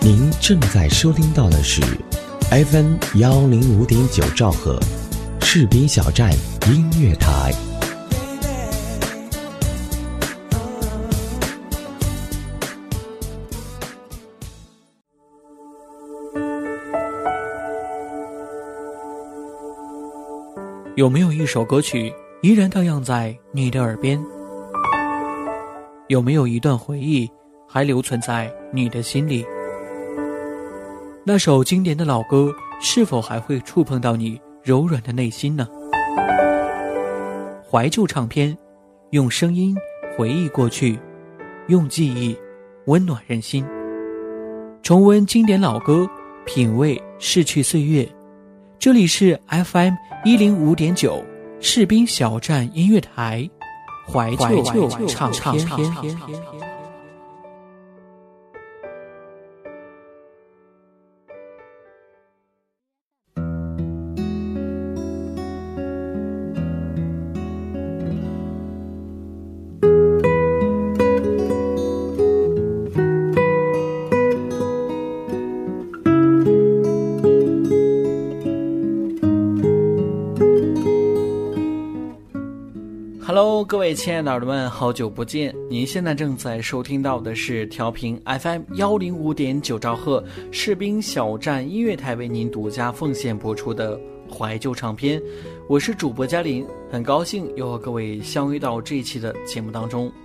您正在收听到的是 FM 105.9兆赫士兵小站音乐台。 有没有一首歌曲依然荡漾在你的耳边？有没有一段回忆还留存在你的心里？那首经典的老歌是否还会触碰到你柔软的内心呢？怀旧唱片，用声音回忆过去，用记忆温暖人心。重温经典老歌，品味逝去岁月。这里是 FM 105.9士兵小站音乐台，怀旧唱片。Hello， 各位亲爱的耳朵们，好久不见！您现在正在收听到的是调频 FM 105.9兆赫士兵小站音乐台为您独家奉献播出的怀旧唱片。我是主播嘉林，很高兴又和各位相遇到这一期的节目当中。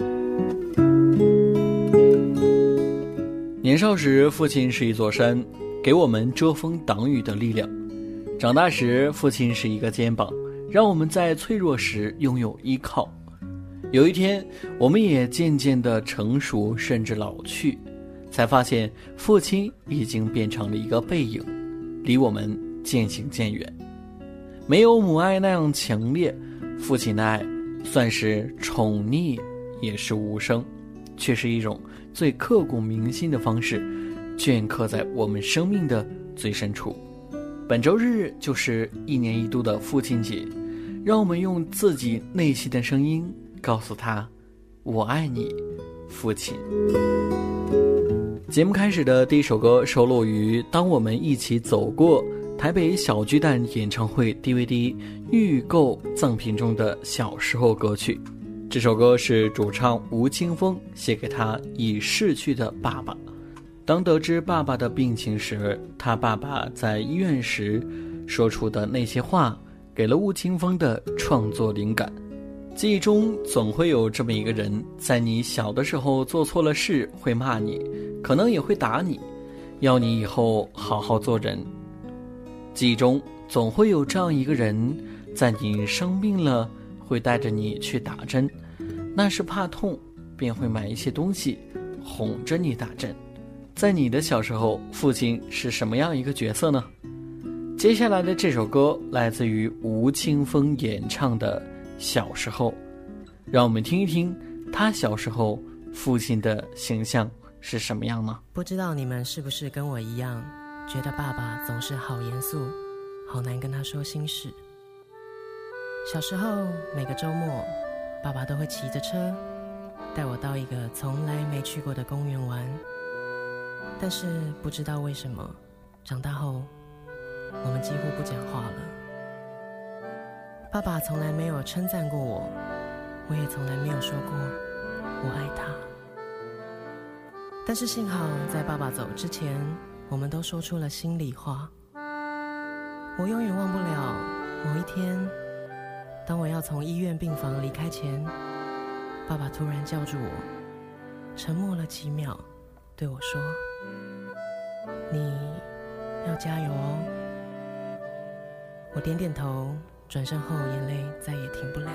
年少时，父亲是一座山，给我们遮风挡雨的力量；长大时，父亲是一个肩膀，让我们在脆弱时拥有依靠。有一天，我们也渐渐地成熟，甚至老去，才发现父亲已经变成了一个背影，离我们渐行渐远。没有母爱那样强烈，父亲的爱算是宠溺也是无声，却是一种最刻骨铭心的方式，镌刻在我们生命的最深处。本周日就是1年1度的父亲节，让我们用自己内心的声音告诉他，我爱你，父亲。节目开始的第一首歌收录于当我们一起走过台北小巨蛋演唱会 DVD 预购赠品中的小时候歌曲。这首歌是主唱吴青峰写给他已逝去的爸爸。当得知爸爸的病情时，他爸爸在医院时说出的那些话，给了吴青峰的创作灵感。记忆中总会有这么一个人，在你小的时候做错了事会骂你，可能也会打你，要你以后好好做人。记忆中总会有这样一个人，在你生病了会带着你去打针，那是怕痛，便会买一些东西哄着你打针。在你的小时候，父亲是什么样一个角色呢？接下来的这首歌来自于吴青峰演唱的《小时候》，让我们听一听他小时候父亲的形象是什么样呢？ 不知道你们是不是跟我一样，觉得爸爸总是好严肃，好难跟他说心事。小时候每个周末，爸爸都会骑着车带我到一个从来没去过的公园玩。但是不知道为什么，长大后我们几乎不讲话了。爸爸从来没有称赞过我，我也从来没有说过我爱他。但是幸好在爸爸走之前，我们都说出了心里话。我永远忘不了某一天，当我要从医院病房离开前，爸爸突然叫住我，沉默了几秒，对我说，你要加油哦。我点点头，转身后眼泪再也停不了。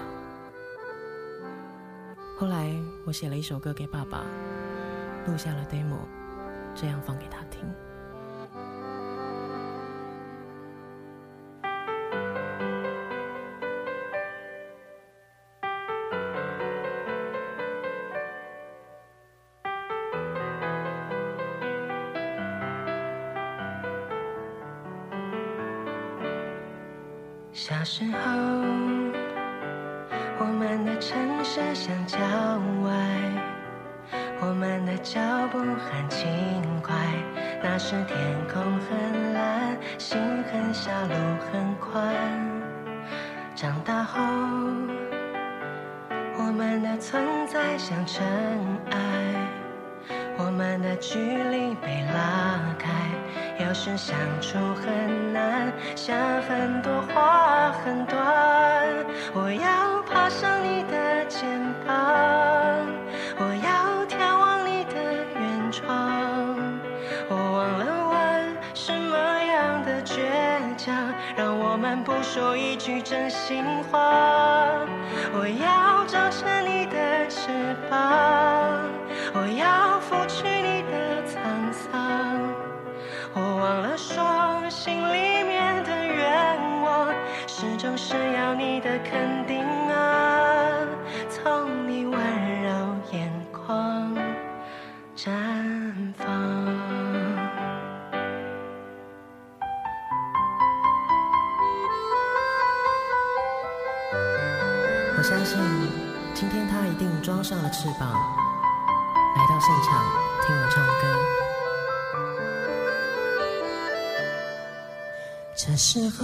后来我写了一首歌给爸爸，录下了 demo， 这样放给他听。 小时候，我们的城市像郊外， 我们的脚步很轻快，那时天空很蓝，心很小，路很宽。长大后，我们的存在像尘埃，我们的距离被拉开，有时相处很难，想很多话很短。我要爬上你的肩膀，我要眺望你的远窗。我忘了问什么样的倔强，让我们不说一句真心话。我要长成你的翅膀，我要拂去你的沧桑。我忘了说心里面的愿望，始终是要你的肯定啊，从你温柔眼眶绽放。我相信今天他一定装上了翅膀，来到现场听我唱歌。这时候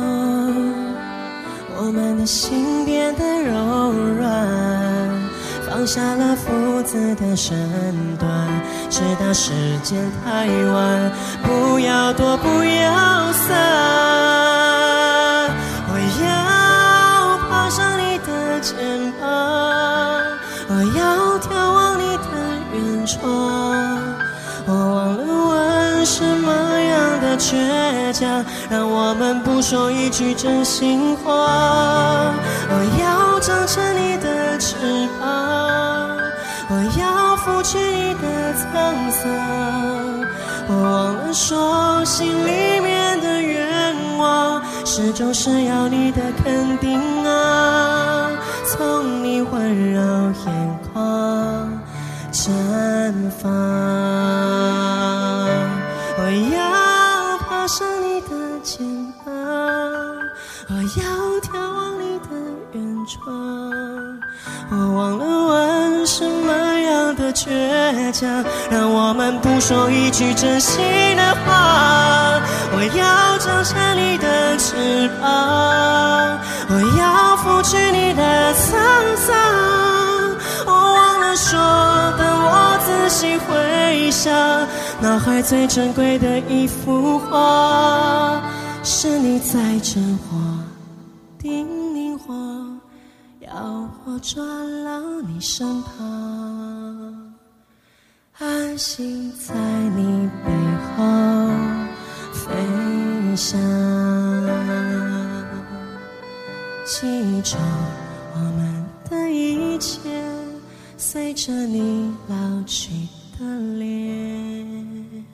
我们的心变得柔软，放下了父子的身段，直到时间太晚，不要躲不要散。我要爬上你的肩膀，我要眺望你的远窗。我忘了问什么样的倔强，让我们不说一句真心话。我要长成你的翅膀，我要拂去你的沧桑。我忘了说心里面的愿望，始终是要你的肯定啊，从你温柔眼眶绽放。我要爬上你的肩膀，我要眺望你的远窗。我忘了问什么样的倔强，让我们不说一句真心的话。我要长成你的翅膀，我要拂去你的沧桑。我忘了说，当我仔细回想，脑海最珍贵的一幅画，是你在枕我，叮咛我，要我抓牢你身旁，安心在你背后飞翔。记住我们的一切，随着你老去的脸，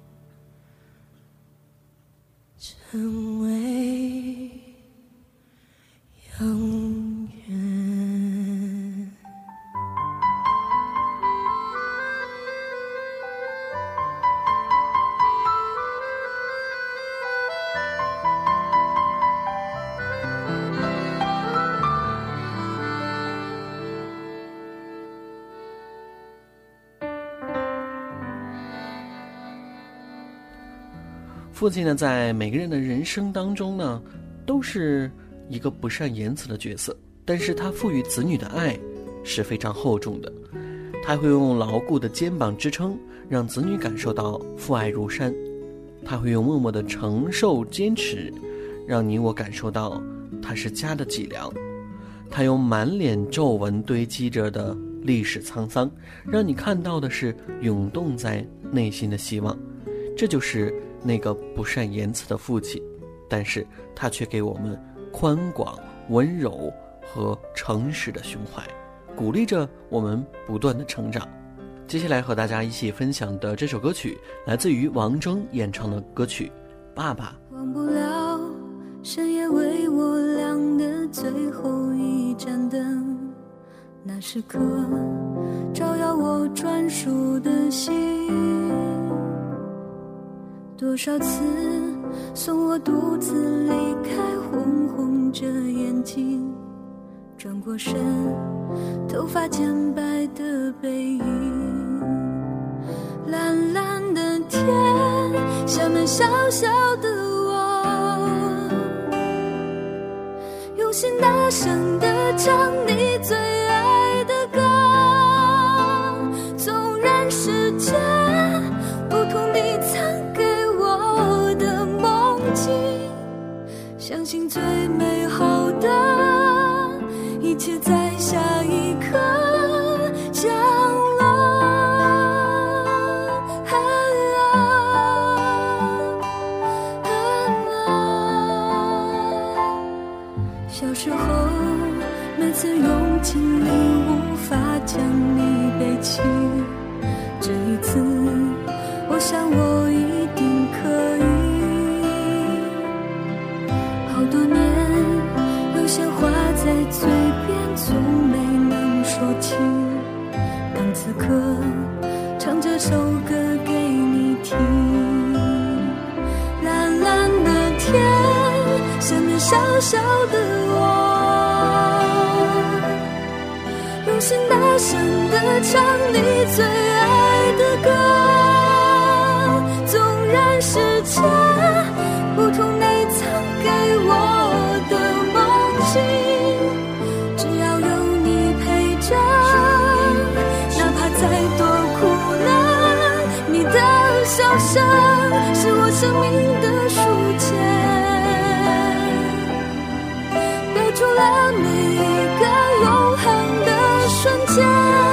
成为永远。 父亲呢，在每个人的人生当中呢，都是一个不善言辞的角色，但是他赋予子女的爱是非常厚重的。他会用牢固的肩膀支撑，让子女感受到父爱如山；他会用默默的承受坚持，让你我感受到他是家的脊梁；他用满脸皱纹堆积着的历史沧桑，让你看到的是涌动在内心的希望。这就是那个不善言辞的父亲，但是他却给我们宽广、温柔和诚实的胸怀，鼓励着我们不断的成长。接下来和大家一起分享的这首歌曲，来自于王铮演唱的歌曲《爸爸》。 忘不了深夜为我亮的最后一盏灯，那时刻照耀我专属的心。多少次送我独自离开，红红着眼睛，转过身，头发渐白的背影。 下面小小的我，用心大声地唱你最爱的歌，纵然世界不同你曾给我的梦境，相信最美好的一切在下一刻降落。小时候每次用尽力无法将你背起，这一次我想我一定可以。好多年有些话在嘴边总没能说清，当此刻唱这首歌给你听。蓝蓝的天，下面小小的我，用心大声地唱你最爱的歌，纵然世界不同你曾给我的梦境，只要有你陪着，哪怕再多苦难，你的笑声是我生命的书签，标出了每一个永恒的瞬间。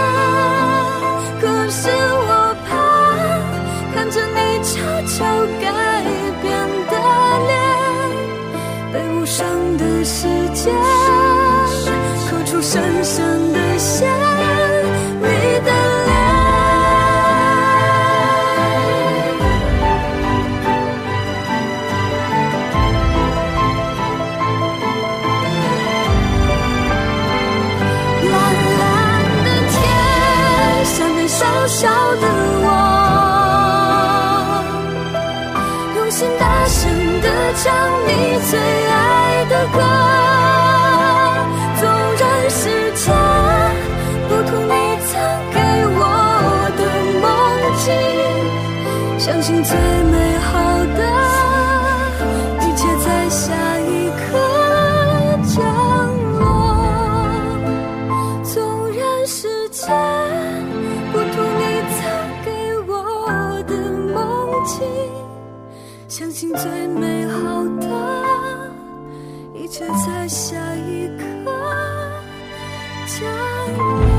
可是我怕看着你悄悄改变的脸，被无声的时间刻出深深的线，你的脸。小小的我，用心大声地唱你最爱的歌，纵然世界不同你曾给我的梦境，相信最美好的一切在下一刻降落，纵然世界相信最美好的一切在下一刻降落。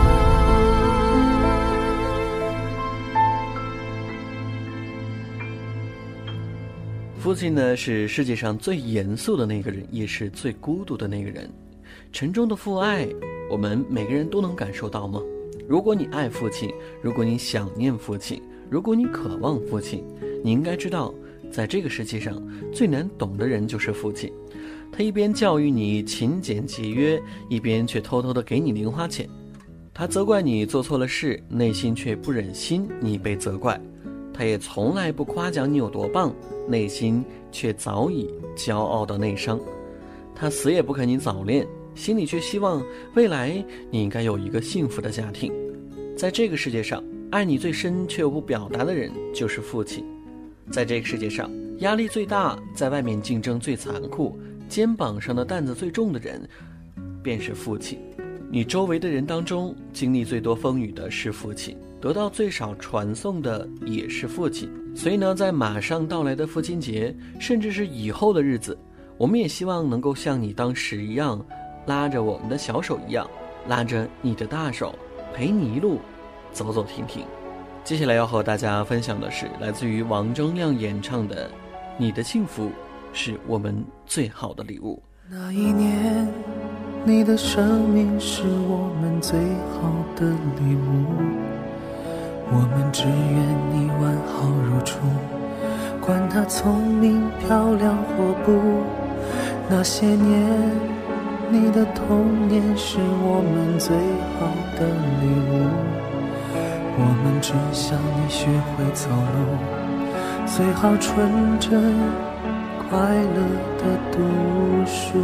父亲呢，是世界上最严肃的那个人，也是最孤独的那个人。沉重的父爱，我们每个人都能感受到吗？如果你爱父亲，如果你想念父亲，如果你渴望父亲，你应该知道，在这个世界上最难懂的人就是父亲。他一边教育你勤俭节约，一边却偷偷地给你零花钱。他责怪你做错了事，内心却不忍心你被责怪。他也从来不夸奖你有多棒，内心却早已骄傲到内伤。他死也不肯你早恋，心里却希望未来你应该有一个幸福的家庭。在这个世界上，爱你最深却又不表达的人就是父亲。在这个世界上，压力最大，在外面竞争最残酷，肩膀上的担子最重的人便是父亲。你周围的人当中，经历最多风雨的是父亲，得到最少传颂的也是父亲。所以呢，在马上到来的父亲节，甚至是以后的日子，我们也希望能够像你当时一样，拉着我们的小手一样，拉着你的大手，陪你一路走走停停。接下来要和大家分享的是来自于王铮亮演唱的《你的幸福是我们最好的礼物》。 那一年，你的生命是我们最好的礼物，我们只愿你完好如初，管他聪明漂亮或不。那些年，你的童年是我们最好的礼物，我们只想你学会走路，最好纯真快乐的读书。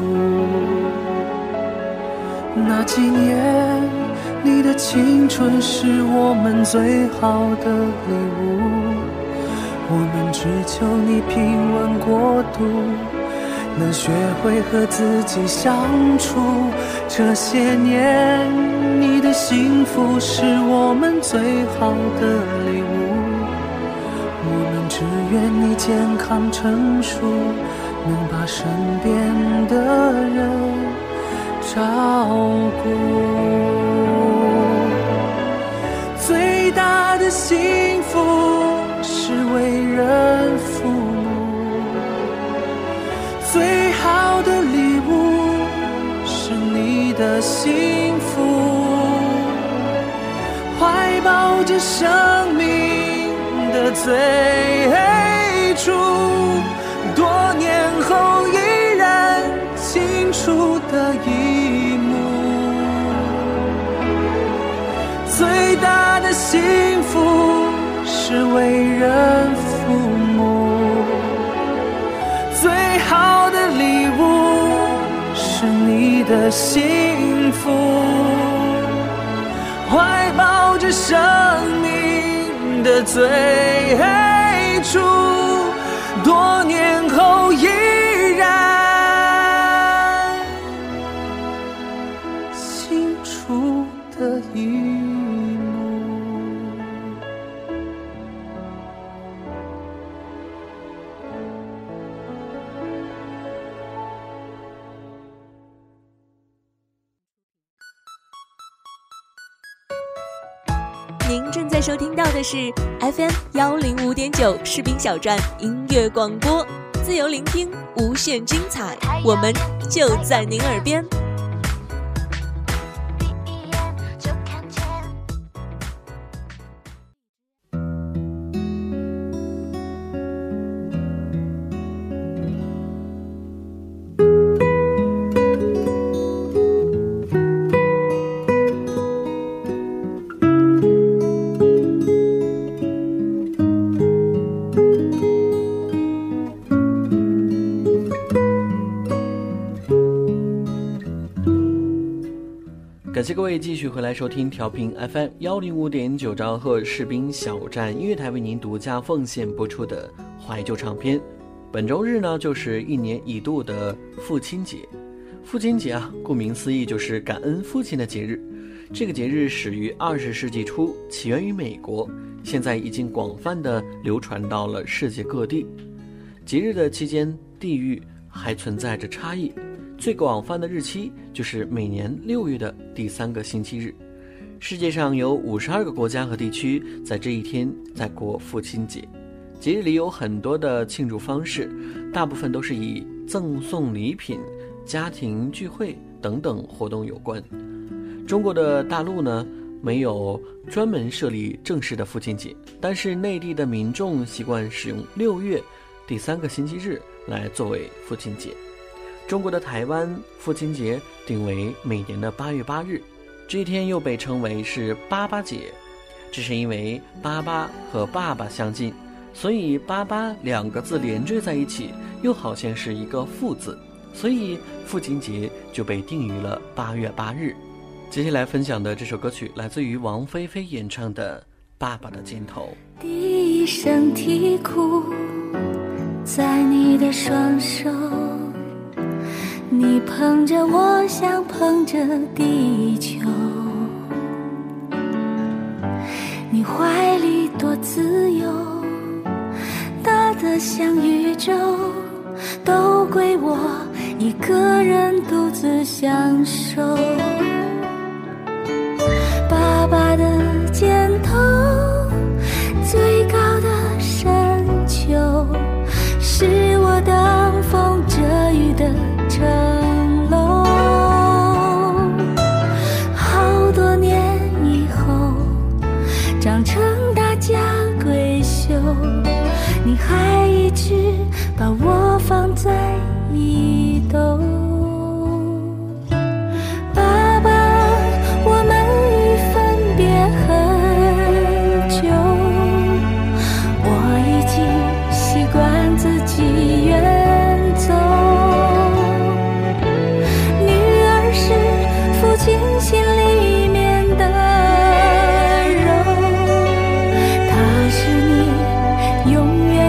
那几年，你的青春是我们最好的礼物， 我们只求你平稳过渡，能学会和自己相处。这些年你的幸福是我们最好的礼物，我们只愿你健康成熟，能把身边的人照顾。最大的幸福是为人父母，最好的礼物是你的幸福，怀抱着生命的最初，多年后依然清楚的一幕。最大的幸福是为人父母，最好的礼物是你的幸福，怀抱着生命的最初，多年后依然清楚的一幕。 您正在收听到的是 FM105.9 士兵小站音乐广播，自由聆听，无限精彩，我们就在您耳边。 感谢各位继续回来收听调频 FM105.9兆赫士兵小站音乐台为您独家奉献播出的怀旧唱片。本周日呢，就是一年一度的父亲节。父亲节啊，顾名思义就是感恩父亲的节日。这个节日始于20世纪初，起源于美国，现在已经广泛的流传到了世界各地。节日的期间地域还存在着差异，最广泛的日期就是每年6月的第3个星期日。世界上有52个国家和地区在这一天在过父亲节。节日里有很多的庆祝方式，大部分都是以赠送礼品、家庭聚会等等活动有关。中国的大陆呢，没有专门设立正式的父亲节，但是内地的民众习惯使用6月第3个星期日来作为父亲节。中国的台湾父亲节定为每年的8月8日，这一天又被称为是爸爸节，这是因为爸爸和爸爸相近，所以爸爸2个字连缀在一起，又好像是一个父字，所以父亲节就被定于了8月8日。接下来分享的这首歌曲来自于王菲菲演唱的《爸爸的肩头》。 第一声啼哭在你的双手，你捧着我像捧着地球，你怀里多自由，大得像宇宙，都归我一个人独自享受。爸爸的肩头，最高的山丘，是我挡风遮雨的城楼。好多年以后，长成大家闺秀，你还一直把我放在一兜。爸爸，我们已分别很久，我已经习惯自己远走。女儿是父亲心里面的肉，她是你永远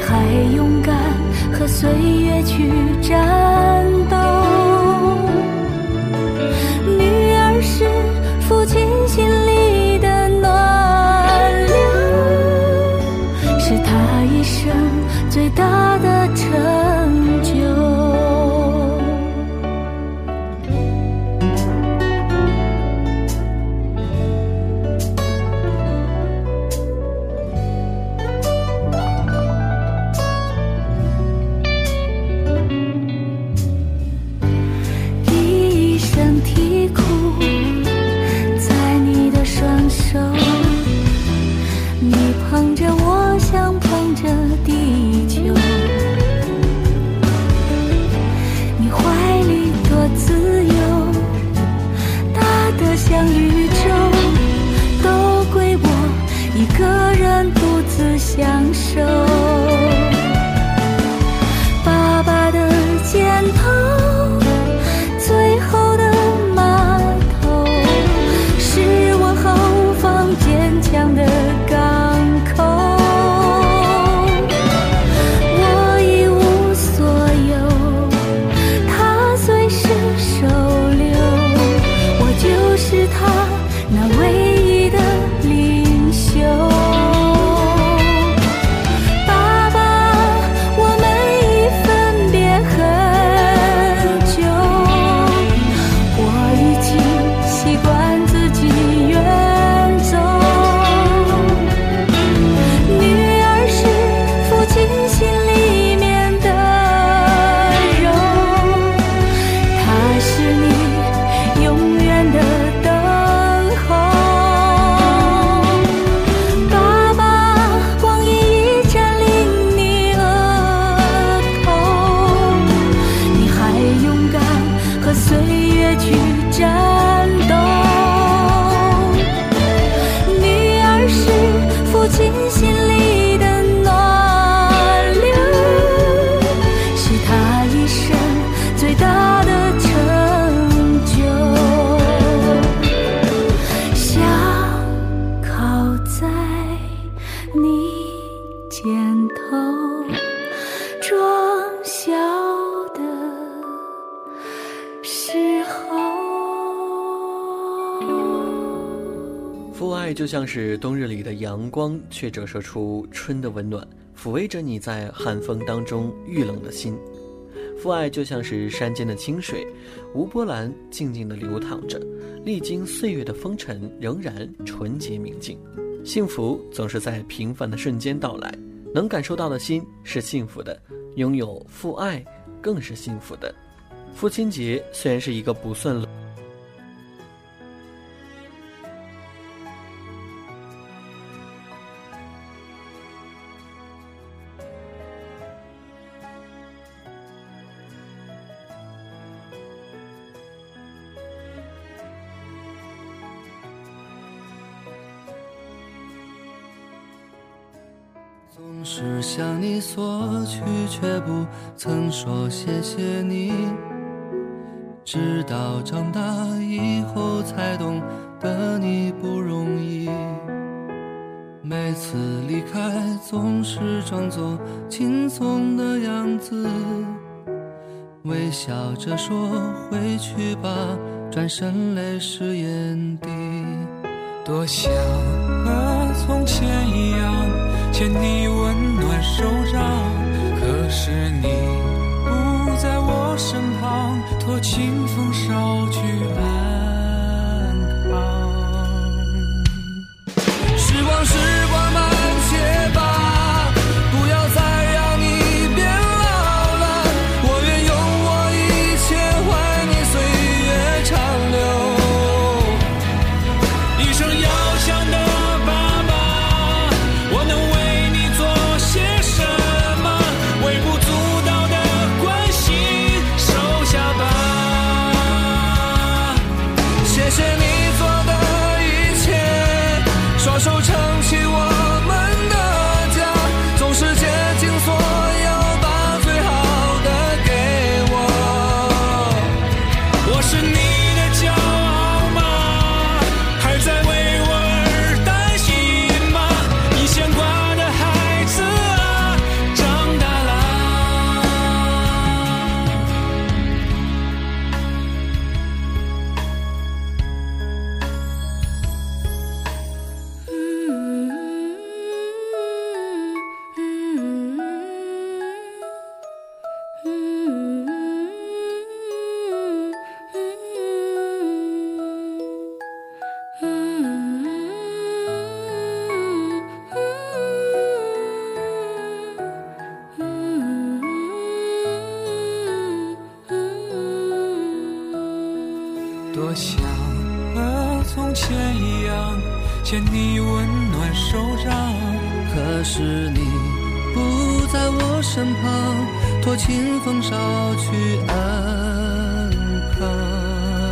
还勇敢和岁月去战斗。女儿是父亲心里的暖流，是他一生最大的成就。享受爸爸的肩头，最后的码头，是我后方坚强的港口。我一无所有，他随时收留，我就是他那唯一的领袖。 父爱就像是冬日里的阳光，却折射出春的温暖，抚慰着你在寒风当中遇冷的心。父爱就像是山间的清水，无波澜，静静地流淌着，历经岁月的风尘，仍然纯洁明净。幸福总是在平凡的瞬间到来，能感受到的心是幸福的，拥有父爱更是幸福的。父亲节虽然是一个不算总是向你索取，却不曾说谢谢你，直到长大以后才懂得你不容易。每次离开总是装作轻松的样子，微笑着说回去吧，转身泪湿眼底。 多想和从前一样牵你温暖手掌，可是你不在我身旁，托清风捎去安康。时光时光慢些吧，不要再让你变老了，我愿用我一切换你岁月长留。一生要强的爸爸，我能为你做些什么？微不足道的关心收下吧。 多想和从前一样牵你温暖手掌， 可是你不在我身旁，托清风捎去安康。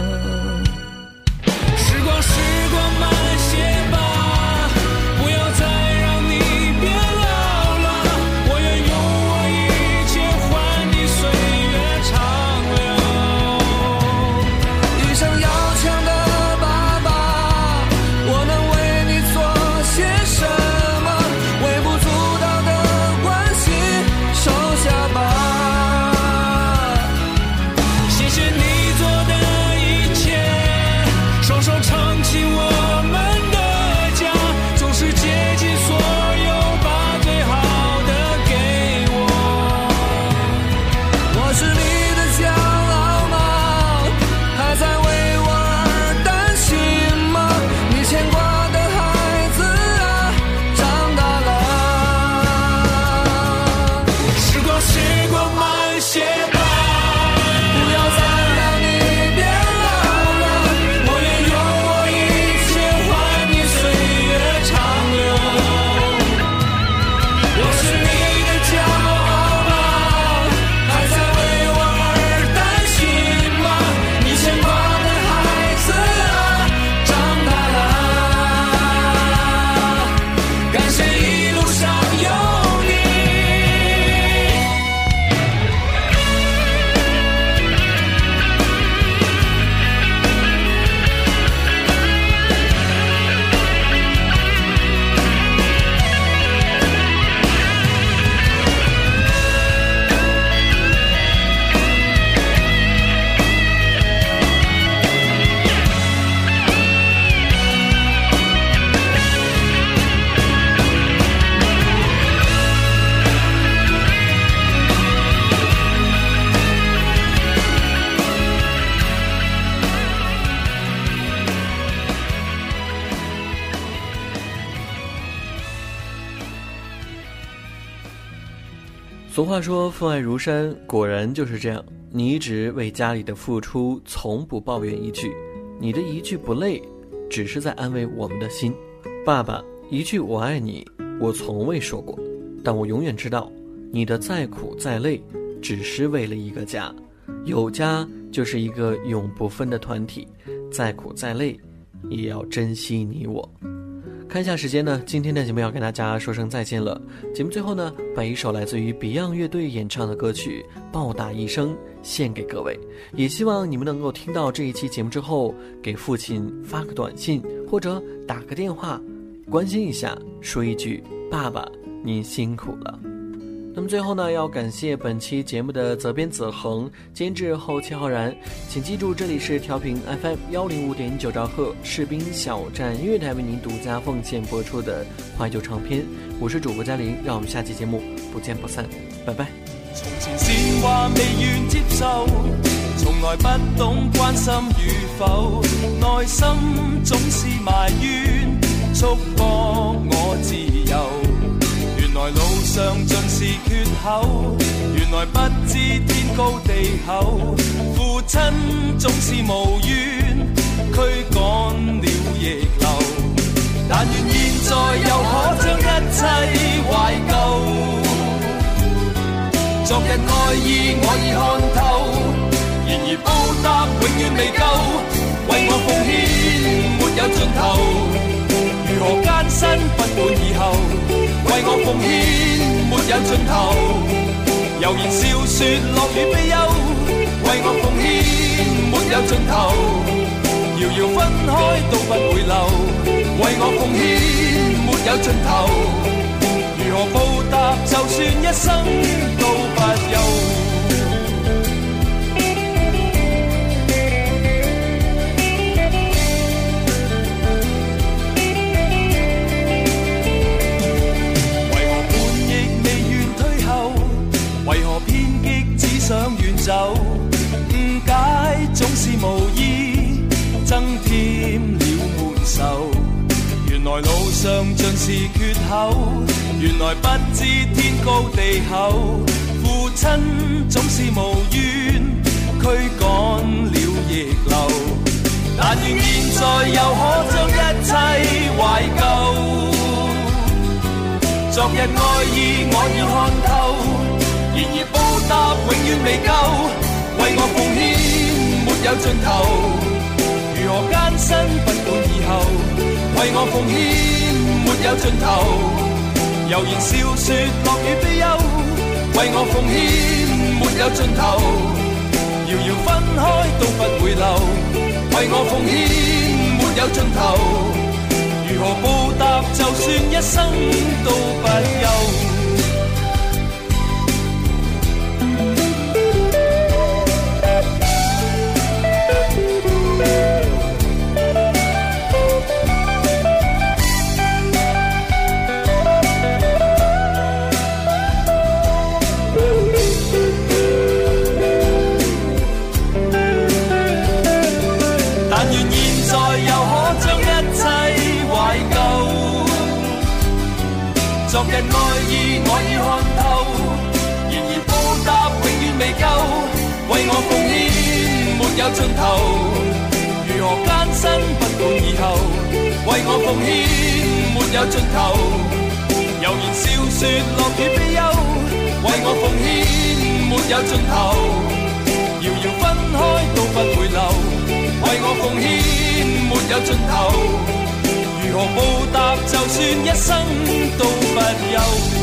时光慢些吧，不要再让你变老了，我愿用我一切换你岁月长流。 遇上要强的爸爸，我能为你做些什么？微不足道的关心收下吧。 谢谢你做的一切，双手撑起我们的家，总是竭尽所有把最好的给我。 我是你的骄傲吗？还在为我而担心吗？你牵挂的孩子啊，长大了。 时光慢些吧， 不要再让你变老了， 我愿用我一切换你岁月长流。我是你的骄傲吗？还在为我而担心吗？你牵挂的孩子啊，长大了。感谢一路上有你。 俗话说父爱如山，果然就是这样。你一直为家里的付出从不抱怨一句，你的一句不累只是在安慰我们的心。爸爸，一句我爱你我从未说过，但我永远知道你的再苦再累只是为了一个家。有家就是一个永不分的团体，再苦再累也要珍惜你我。看一下时间呢，今天的节目要跟大家说声再见了。节目最后呢，把一首来自于 Beyond 乐队演唱的歌曲《暴打一声》献给各位，也希望你们能够听到这一期节目之后，给父亲发个短信或者打个电话，关心一下，说一句爸爸您辛苦了。那么最后呢，要感谢本期节目的责编子恒，监制后期浩然。请记住，这里是调频 FM 105.9兆赫士兵小站音乐台为您独家奉献播出的怀旧唱片，我是主播嘉玲，让我们下期节目不见不散，拜拜。 從前善話未願接受，從來不懂關心與否，內心總是埋怨，束縛我自由。原來路上盡是缺口，原來不知天高地厚，父親總是無怨，驅趕了逆流。但願現在又可將一切懷舊，昨日愛意我已看透，然而報答永遠未夠，為我奉獻沒有盡頭。如何艱辛不管以後，為我奉獻沒有盡頭。悠然笑說樂與悲憂，為我奉獻沒有盡頭。遙遙分開都不會留，為我奉獻沒有盡頭。如何報答就算一生都不休。想遠走，誤解總是無意，增添了悶愁。原來路上盡是缺口，原來不知天高地厚。父親總是無怨，驅趕了逆流。 但願現在又可將一切懷舊。昨日愛意我已看透，然而報答永遠未夠，為我奉獻沒有盡頭。如何艱辛不管以後，為我奉獻沒有盡頭。悠然笑說樂與悲憂，為我奉獻沒有盡頭。遙遙分開都不回流，為我奉獻沒有盡頭。如何報答就算一生都不休。昨日愛意我已看透，然而報答永遠未夠，為我奉獻沒有盡頭。如何艱辛不管以後，為我奉獻沒有盡頭。悠然笑說樂與悲憂，為我奉獻沒有盡頭。遙遙分開都不回流，為我奉獻沒有盡頭。如何報答就算一生都不休。